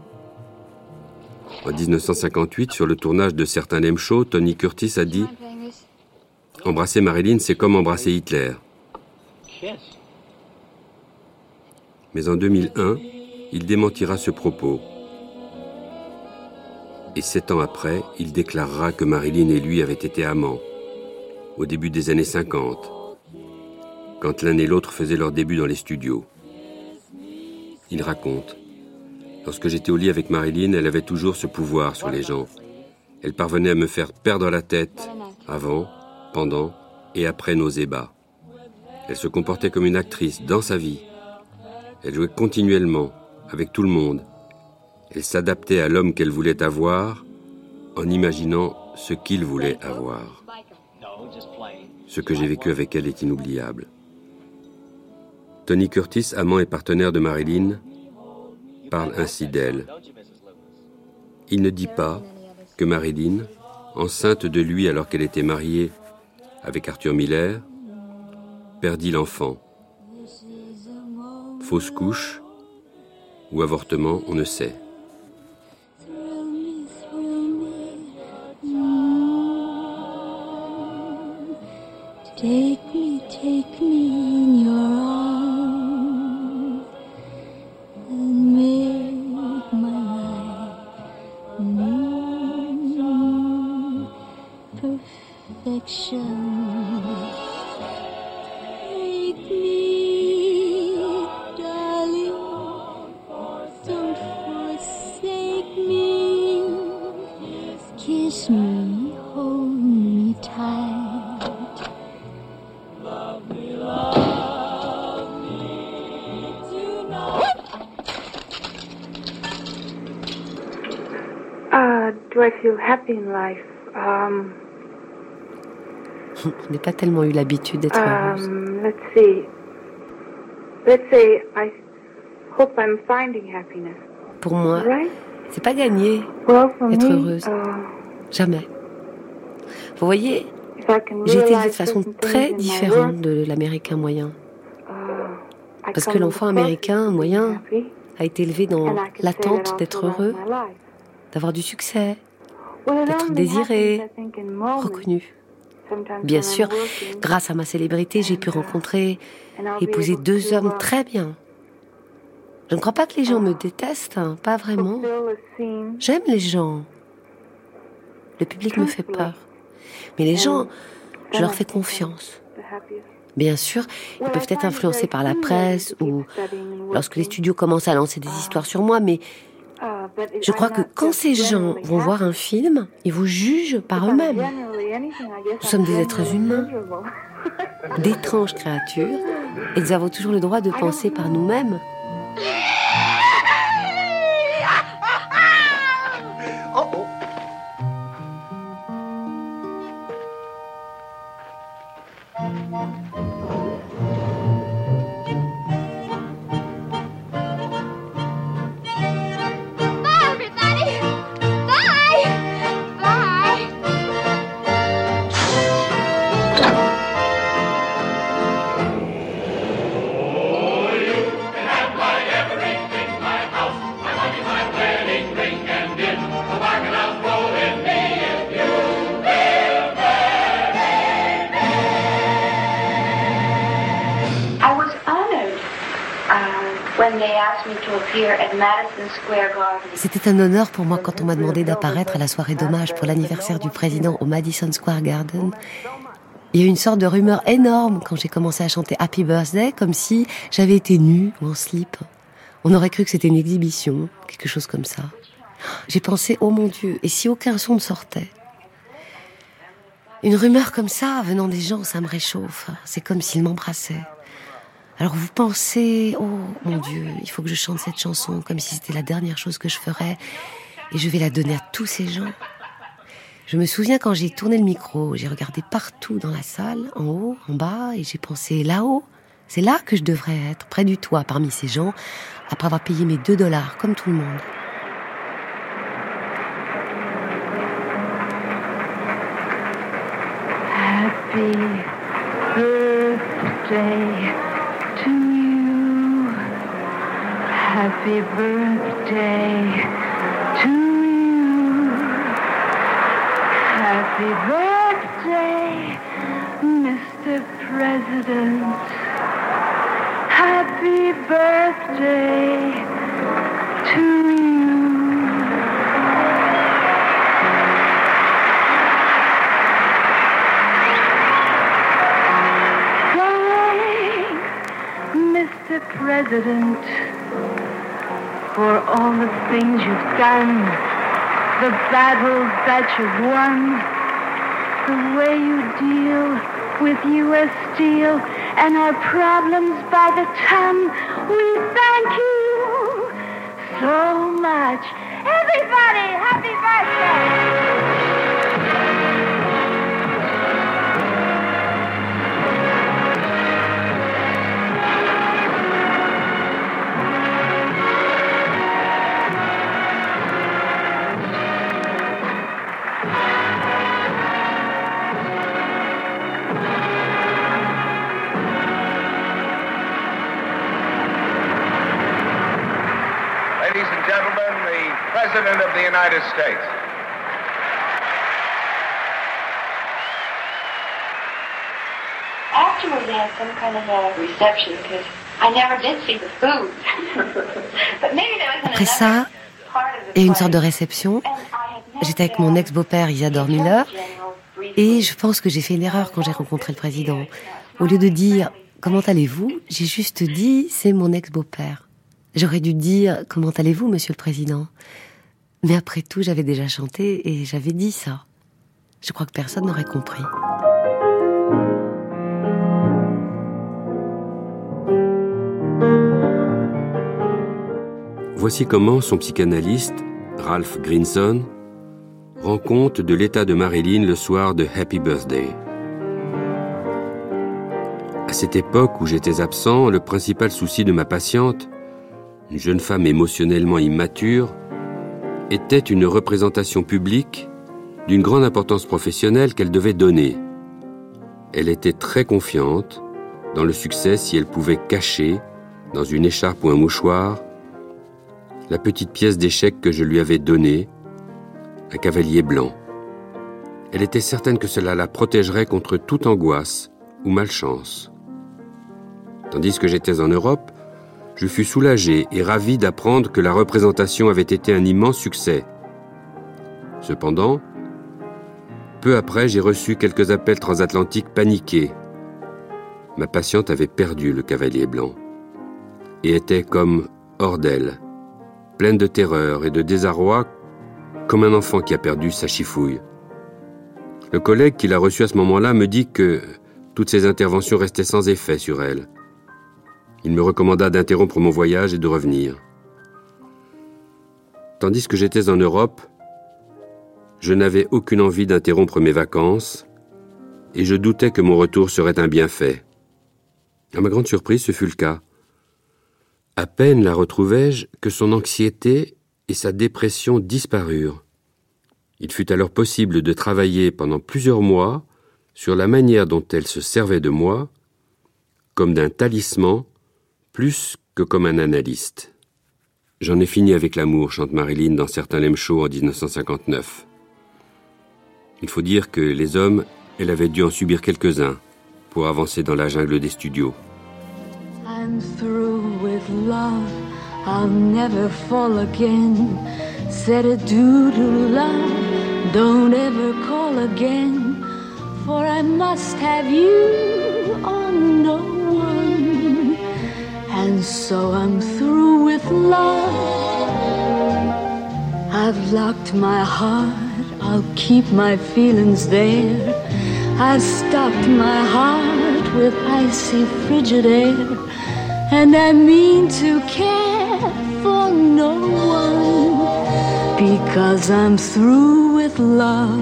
En 1958, sur le tournage de certains Lem Show, Tony Curtis a dit « Embrasser Marilyn, c'est comme embrasser Hitler ». Mais en 2001, il démentira ce propos. Et 7 ans après, il déclarera que Marilyn et lui avaient été amants, au début des années 50, quand l'un et l'autre faisaient leur début dans les studios. Il raconte « Lorsque j'étais au lit avec Marilyn, elle avait toujours ce pouvoir sur les gens. Elle parvenait à me faire perdre la tête avant, pendant et après nos ébats. Elle se comportait comme une actrice dans sa vie. Elle jouait continuellement, avec tout le monde. Elle s'adaptait à l'homme qu'elle voulait avoir en imaginant ce qu'il voulait avoir. Ce que j'ai vécu avec elle est inoubliable. » Tony Curtis, amant et partenaire de Marilyn, parle ainsi d'elle. Il ne dit pas que Marilyn, enceinte de lui alors qu'elle était mariée avec Arthur Miller, perdit l'enfant. Fausse couche ou avortement, on ne sait. Take me in your arms and make my life new perfection. Take me, darling, don't forsake me. Kiss me, hold me tight. Do I feel happy in life? Je n'ai pas tellement eu l'habitude d'être heureuse. Let's say I hope I'm finding happiness. Pour moi, Right? c'est pas gagné d'être heureuse. Jamais. Vous voyez, j'ai été élevée de façon très différente de l'américain moyen. Parce que l'enfant américain moyen a été élevé dans l'attente d'être heureux, d'avoir du succès, d'être désiré, reconnu. Bien sûr, grâce à ma célébrité, j'ai pu rencontrer, épouser 2 hommes très bien. Je ne crois pas que les gens me détestent, hein, pas vraiment. J'aime les gens. Le public me fait peur. Mais les gens, je leur fais confiance. Bien sûr, ils peuvent être influencés par la presse ou lorsque les studios commencent à lancer des histoires sur moi, mais je crois que quand ces gens vont voir un film, ils vous jugent par eux-mêmes. Nous sommes des êtres humains, d'étranges créatures, et nous avons toujours le droit de penser par nous-mêmes. C'était un honneur pour moi quand on m'a demandé d'apparaître à la soirée d'hommage pour l'anniversaire du président au Madison Square Garden. Il y a eu une sorte de rumeur énorme quand j'ai commencé à chanter Happy Birthday, comme si j'avais été nue ou en slip. On aurait cru que c'était une exhibition, quelque chose comme ça. J'ai pensé, oh mon Dieu, et si aucun son ne sortait ? Une rumeur comme ça, venant des gens, ça me réchauffe. C'est comme s'ils m'embrassaient. Alors vous pensez, oh mon Dieu, il faut que je chante cette chanson comme si c'était la dernière chose que je ferais et je vais la donner à tous ces gens. Je me souviens quand j'ai tourné le micro, j'ai regardé partout dans la salle, en haut, en bas, et j'ai pensé là-haut, c'est là que je devrais être, près du toit, parmi ces gens, après avoir payé mes $2 comme tout le monde. Happy birthday to you. Happy birthday to you. Happy birthday, Mr. President. Happy birthday to you. Mr. President, for all the things you've done, the battles that you've won, the way you deal with U.S. Steel and our problems by the ton. We thank you so much. Everybody, happy birthday! President of the United States. Afterwards, they had some kind of a reception because I never did see the food. But maybe there was Après ça, il y a une sorte de réception. J'étais avec mon ex-beau-père Isadore Miller et je pense que j'ai fait une erreur quand j'ai rencontré le président. Au lieu de dire « Comment allez-vous ?», j'ai juste dit « C'est mon ex-beau-père ». J'aurais dû dire « Comment allez-vous, monsieur le président ?» Mais après tout, j'avais déjà chanté et j'avais dit ça. Je crois que personne n'aurait compris. Voici comment son psychanalyste, Ralph Grinson, rend compte de l'état de Marilyn le soir de Happy Birthday. À cette époque où j'étais absent, le principal souci de ma patiente, une jeune femme émotionnellement immature, était une représentation publique d'une grande importance professionnelle qu'elle devait donner. Elle était très confiante dans le succès si elle pouvait cacher, dans une écharpe ou un mouchoir, la petite pièce d'échec que je lui avais donnée, un cavalier blanc. Elle était certaine que cela la protégerait contre toute angoisse ou malchance. Tandis que j'étais en Europe, Je fus soulagé et ravi d'apprendre que la représentation avait été un immense succès. Cependant, peu après, j'ai reçu quelques appels transatlantiques paniqués. Ma patiente avait perdu le cavalier blanc et était comme hors d'elle, pleine de terreur et de désarroi, comme un enfant qui a perdu sa chifouille. Le collègue qui l'a reçue à ce moment-là me dit que toutes ces interventions restaient sans effet sur elle. Il me recommanda d'interrompre mon voyage et de revenir. Tandis que j'étais en Europe, je n'avais aucune envie d'interrompre mes vacances et je doutais que mon retour serait un bienfait. À ma grande surprise, ce fut le cas. À peine la retrouvai-je que son anxiété et sa dépression disparurent. Il fut alors possible de travailler pendant plusieurs mois sur la manière dont elle se servait de moi, comme d'un talisman, plus que comme un analyste. J'en ai fini avec l'amour, chante Marilyn dans certains Lem Show en 1959. Il faut dire que les hommes, elle avait dû en subir quelques-uns pour avancer dans la jungle des studios. I'm through with love, I'll never fall again. Said adieu to love, don't ever call again. For I must have you or no one. And so I'm through with love. I've locked my heart, I'll keep my feelings there. I've stopped my heart with icy frigid air. And I mean to care for no one, because I'm through with love.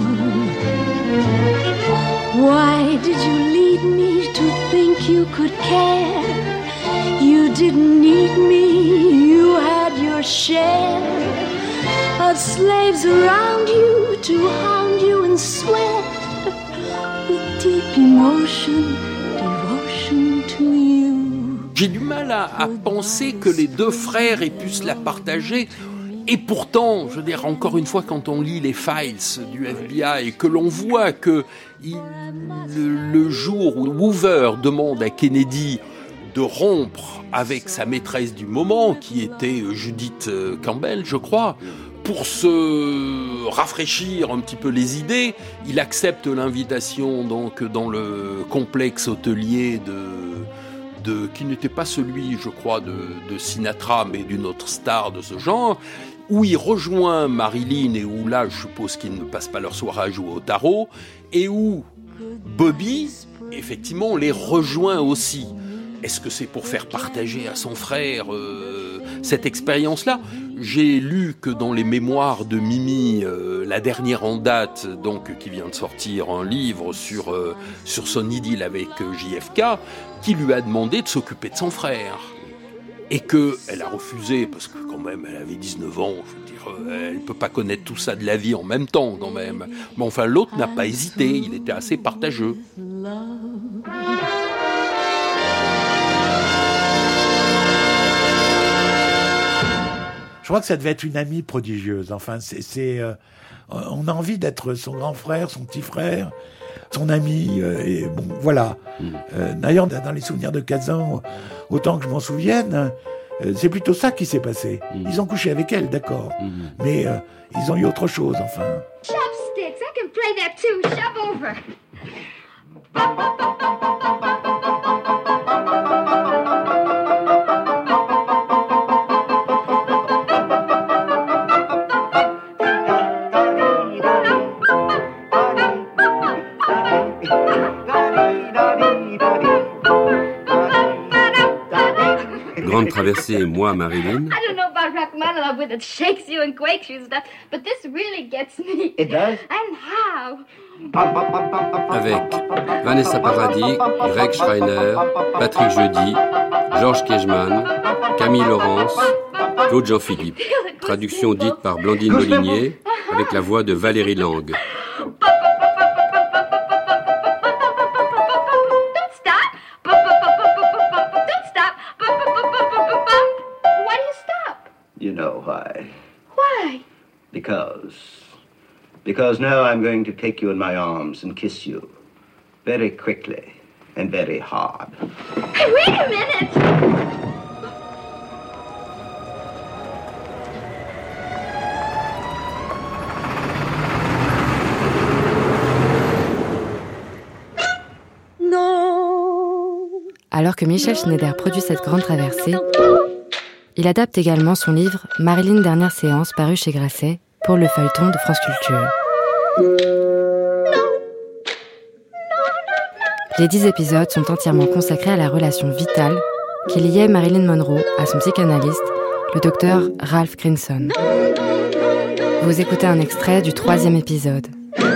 Why did you lead me to think you could care? You didn't need me, you had your share of slaves around you to hound you and sweat with deep emotion, devotion to you. J'ai du mal à penser que les deux frères aient pu se la partager. Et pourtant, je veux dire, encore une fois, quand on lit les files du FBI et que l'on voit que le jour où Hoover demande à Kennedy de rompre avec sa maîtresse du moment, qui était Judith Campbell, je crois, pour se rafraîchir un petit peu les idées, il accepte l'invitation donc dans le complexe hôtelier qui n'était pas celui, je crois, de Sinatra, mais d'une autre star de ce genre, où il rejoint Marilyn et où là, je suppose qu'ils ne passent pas leur soirée à jouer au tarot, et où Bobby, effectivement, les rejoint aussi. Est-ce que c'est pour faire partager à son frère cette expérience-là ? J'ai lu que dans les mémoires de Mimi, la dernière en date, donc qui vient de sortir un livre sur son idylle avec JFK, qui lui a demandé de s'occuper de son frère. Et qu'elle a refusé, parce que quand même, elle avait 19 ans, je veux dire, elle ne peut pas connaître tout ça de la vie en même temps, quand même. Mais enfin, l'autre n'a pas hésité, il était assez partageux. Je crois que ça devait être une amie prodigieuse. Enfin, on a envie d'être son grand frère, son petit frère, son ami. Et bon, voilà. D'ailleurs, dans les souvenirs de Kazan, autant que je m'en souvienne, c'est plutôt ça qui s'est passé. Ils ont couché avec elle, d'accord. Mais ils ont eu autre chose, enfin. Chopsticks, I can play that too. Shove over. Grande traversée, moi, Marilyn. I don't know about Rachmaninoff with it shakes you and quakes you and stuff, but this really gets me. It does? And how? Avec Vanessa Paradis, Greg Schreiner, Patrick Jeudi, Georges Kejman, Camille Laurence, Claude Jean-Philippe. Traduction dite par Blandine Molinier, avec la voix de Valérie Lang. You know why. Why? Because now I'm going to take you in my arms and kiss you. Very quickly and very hard. Hey, wait a minute! Alors que Michel Schneider produit cette grande traversée, il adapte également son livre « Marilyn, dernière séance » paru chez Grasset pour le feuilleton de France Culture. Les 10 épisodes sont entièrement consacrés à la relation vitale qui liait Marilyn Monroe à son psychanalyste, le docteur Ralph Grinson. Vous écoutez un extrait du 3e épisode.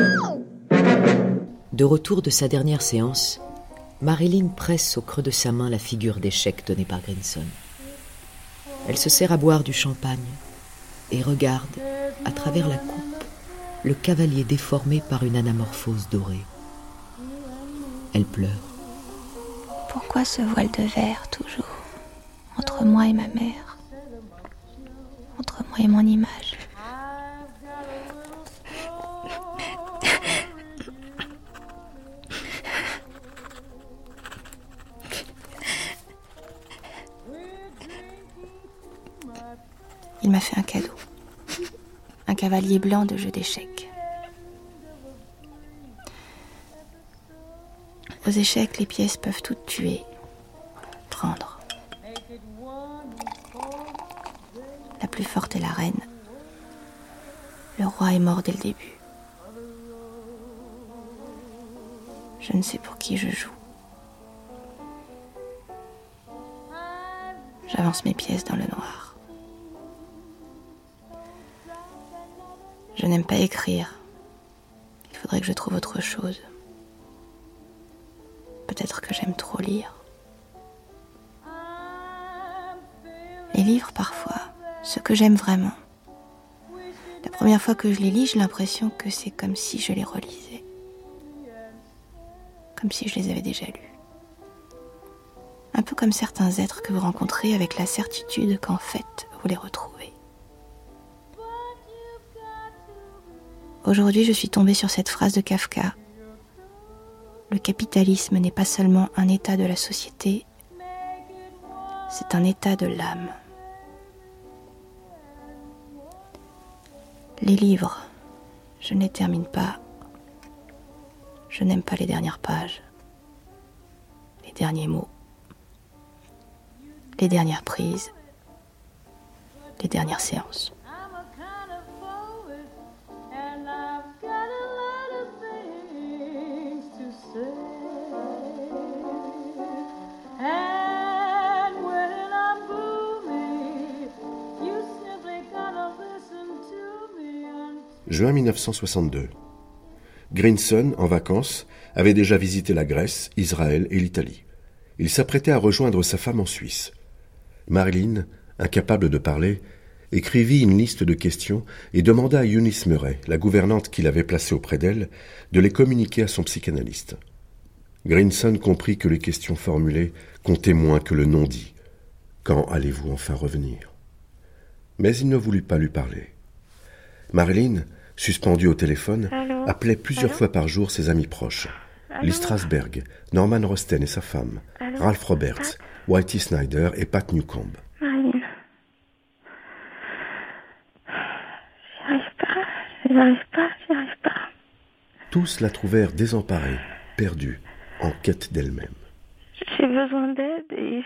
De retour de sa dernière séance, Marilyn presse au creux de sa main la figure d'échec donnée par Grinson. Elle se sert à boire du champagne et regarde, à travers la coupe, le cavalier déformé par une anamorphose dorée. Elle pleure. Pourquoi ce voile de verre, toujours, entre moi et ma mère, entre moi et mon image? Il m'a fait un cadeau. Un cavalier blanc de jeu d'échecs. Aux échecs, les pièces peuvent toutes tuer, prendre. La plus forte est la reine. Le roi est mort dès le début. Je ne sais pour qui je joue. J'avance mes pièces dans le noir. Je n'aime pas écrire. Il faudrait que je trouve autre chose. Peut-être que j'aime trop lire. Les livres, parfois, ce que j'aime vraiment. La première fois que je les lis, j'ai l'impression que c'est comme si je les relisais. Comme si je les avais déjà lus. Un peu comme certains êtres que vous rencontrez avec la certitude qu'en fait, vous les retrouvez. Aujourd'hui, je suis tombée sur cette phrase de Kafka. Le capitalisme n'est pas seulement un état de la société, c'est un état de l'âme. Les livres, je ne les termine pas. Je n'aime pas les dernières pages, les derniers mots, les dernières prises, les dernières séances. Juin 1962. Grinson, en vacances, avait déjà visité la Grèce, Israël et l'Italie. Il s'apprêtait à rejoindre sa femme en Suisse. Marilyn, incapable de parler, écrivit une liste de questions et demanda à Eunice Murray, la gouvernante qu'il avait placée auprès d'elle, de les communiquer à son psychanalyste. Grinson comprit que les questions formulées comptaient moins que le non-dit. Quand allez-vous enfin revenir? Mais il ne voulut pas lui parler. Marilyn, suspendue au téléphone, appelait plusieurs fois par jour ses amis proches. Lee Strasberg, Norman Rosten et sa femme, Ralph Roberts, Whitey Snyder et Pat Newcomb. Marilyn. J'y arrive pas. Tous la trouvèrent désemparée, perdue, en quête d'elle-même. J'ai besoin d'aide et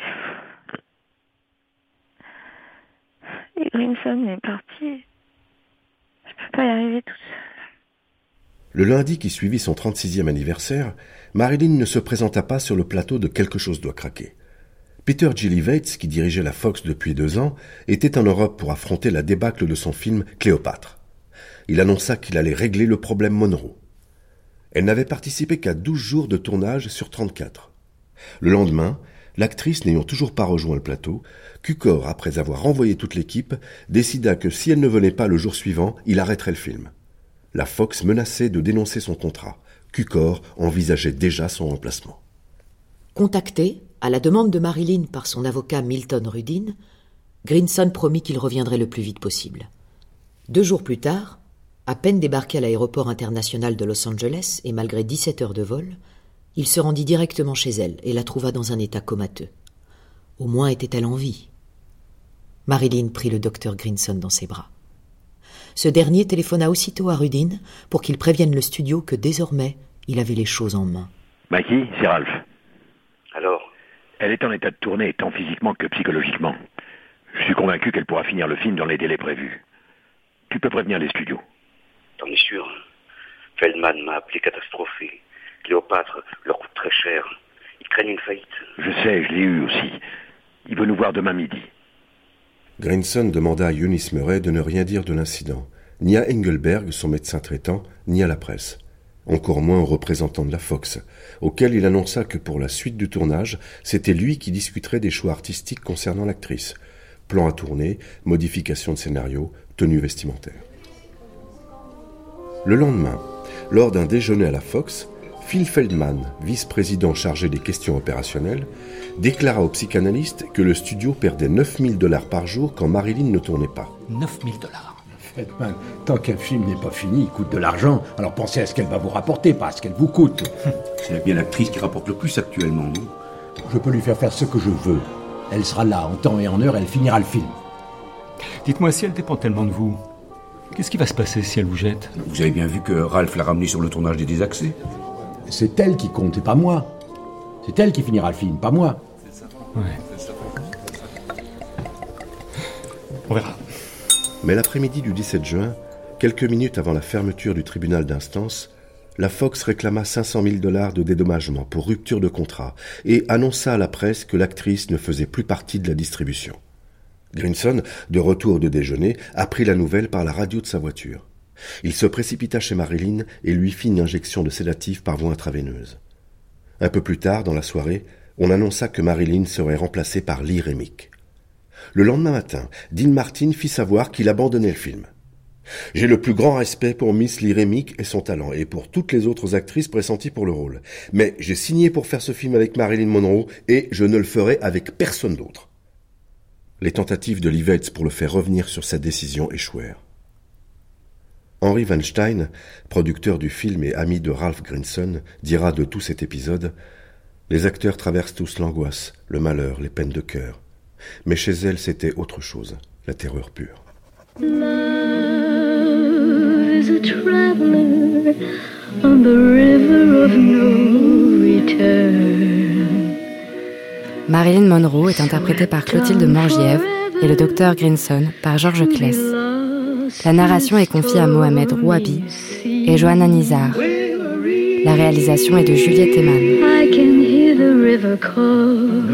Grinson est parti. Je peux pas y arriver toute seule. Le lundi qui suivit son 36e anniversaire, Marilyn ne se présenta pas sur le plateau de Quelque chose doit craquer. Peter Gillivates, qui dirigeait la Fox depuis 2 ans, était en Europe pour affronter la débâcle de son film Cléopâtre. Il annonça qu'il allait régler le problème Monroe. Elle n'avait participé qu'à 12 jours de tournage sur 34. Le lendemain, l'actrice n'ayant toujours pas rejoint le plateau, Cukor, après avoir renvoyé toute l'équipe, décida que si elle ne venait pas le jour suivant, il arrêterait le film. La Fox menaçait de dénoncer son contrat. Cukor envisageait déjà son remplacement. Contacté, à la demande de Marilyn par son avocat Milton Rudin, Grinson promit qu'il reviendrait le plus vite possible. 2 jours plus tard, à peine débarqué à l'aéroport international de Los Angeles et malgré 17 heures de vol, il se rendit directement chez elle et la trouva dans un état comateux. Au moins était-elle en vie. Marilyn prit le docteur Grinson dans ses bras. Ce dernier téléphona aussitôt à Rudin pour qu'il prévienne le studio que désormais, il avait les choses en main. Mackie, c'est Ralph. Alors, Elle est en état de tourner tant physiquement que psychologiquement. Je suis convaincu qu'elle pourra finir le film dans les délais prévus. Tu peux prévenir les studios. T'en es sûr? Feldman m'a appelé catastrophé. Cléopâtre leur coûte très cher. Ils craignent une faillite. Je sais, je l'ai eu aussi. Il veut nous voir demain midi. Grinson demanda à Eunice Murray de ne rien dire de l'incident, ni à Engelberg, son médecin traitant, ni à la presse. Encore moins aux représentants de la Fox, auquel il annonça que pour la suite du tournage, c'était lui qui discuterait des choix artistiques concernant l'actrice. Plan à tourner, modification de scénario, tenue vestimentaire. Le lendemain, lors d'un déjeuner à la Fox, Phil Feldman, vice-président chargé des questions opérationnelles, déclara au psychanalyste que le studio perdait $9 000 par jour quand Marilyn ne tournait pas. $9 000. Feldman, tant qu'un film n'est pas fini, il coûte de l'argent. Alors pensez à ce qu'elle va vous rapporter, pas à ce qu'elle vous coûte. C'est bien l'actrice qui rapporte le plus actuellement, non? Je peux lui faire ce que je veux. Elle sera là en temps et en heure, elle finira le film. Dites-moi, si elle dépend tellement de vous, qu'est-ce qui va se passer si elle vous jette? Vous avez bien vu que Ralph l'a ramenée sur le tournage des Désaxés. C'est elle qui compte et pas moi. C'est elle qui finira le film, pas moi. Ouais. On verra. Mais l'après-midi du 17 juin, quelques minutes avant la fermeture du tribunal d'instance, la Fox réclama $500 000 de dédommagement pour rupture de contrat et annonça à la presse que l'actrice ne faisait plus partie de la distribution. Grinson, de retour de déjeuner, apprit la nouvelle par la radio de sa voiture. Il se précipita chez Marilyn et lui fit une injection de sédatif par voie intraveineuse. Un peu plus tard, dans la soirée, on annonça que Marilyn serait remplacée par Lee Remick. Le lendemain matin, Dean Martin fit savoir qu'il abandonnait le film. « J'ai le plus grand respect pour Miss Lee Remick et son talent, et pour toutes les autres actrices pressenties pour le rôle. Mais j'ai signé pour faire ce film avec Marilyn Monroe, et je ne le ferai avec personne d'autre. » Les tentatives de Livetz pour le faire revenir sur sa décision échouèrent. Henry Weinstein, producteur du film et ami de Ralph Grinson, dira de tout cet épisode « Les acteurs traversent tous l'angoisse, le malheur, les peines de cœur. Mais chez elle, c'était autre chose, la terreur pure. » Love is a traveler on the river of no return. Marilyn Monroe est interprétée par Clotilde Morgiev et le docteur Grinson par Georges Kless. La narration est confiée à Mohamed Rouabi et Johanna Nizar. La réalisation est de Juliette Eman. I can hear the river call.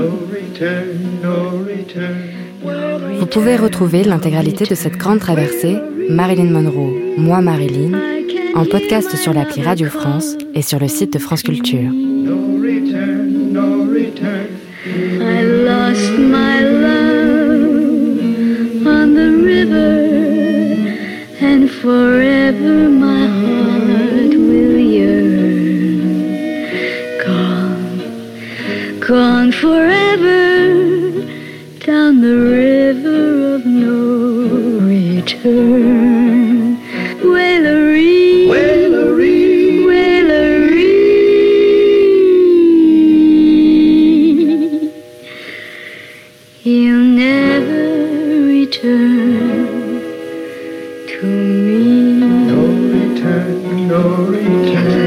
Vous pouvez retrouver l'intégralité de cette grande traversée, Marilyn Monroe, Moi Marilyn, en podcast sur l'appli Radio France et sur le site de France Culture. I lost my love on the river, and forever my heart will yearn. Gone forever down the river of no return. Wailery, Wailery, Wailery. He'll never return to me. No return, no return.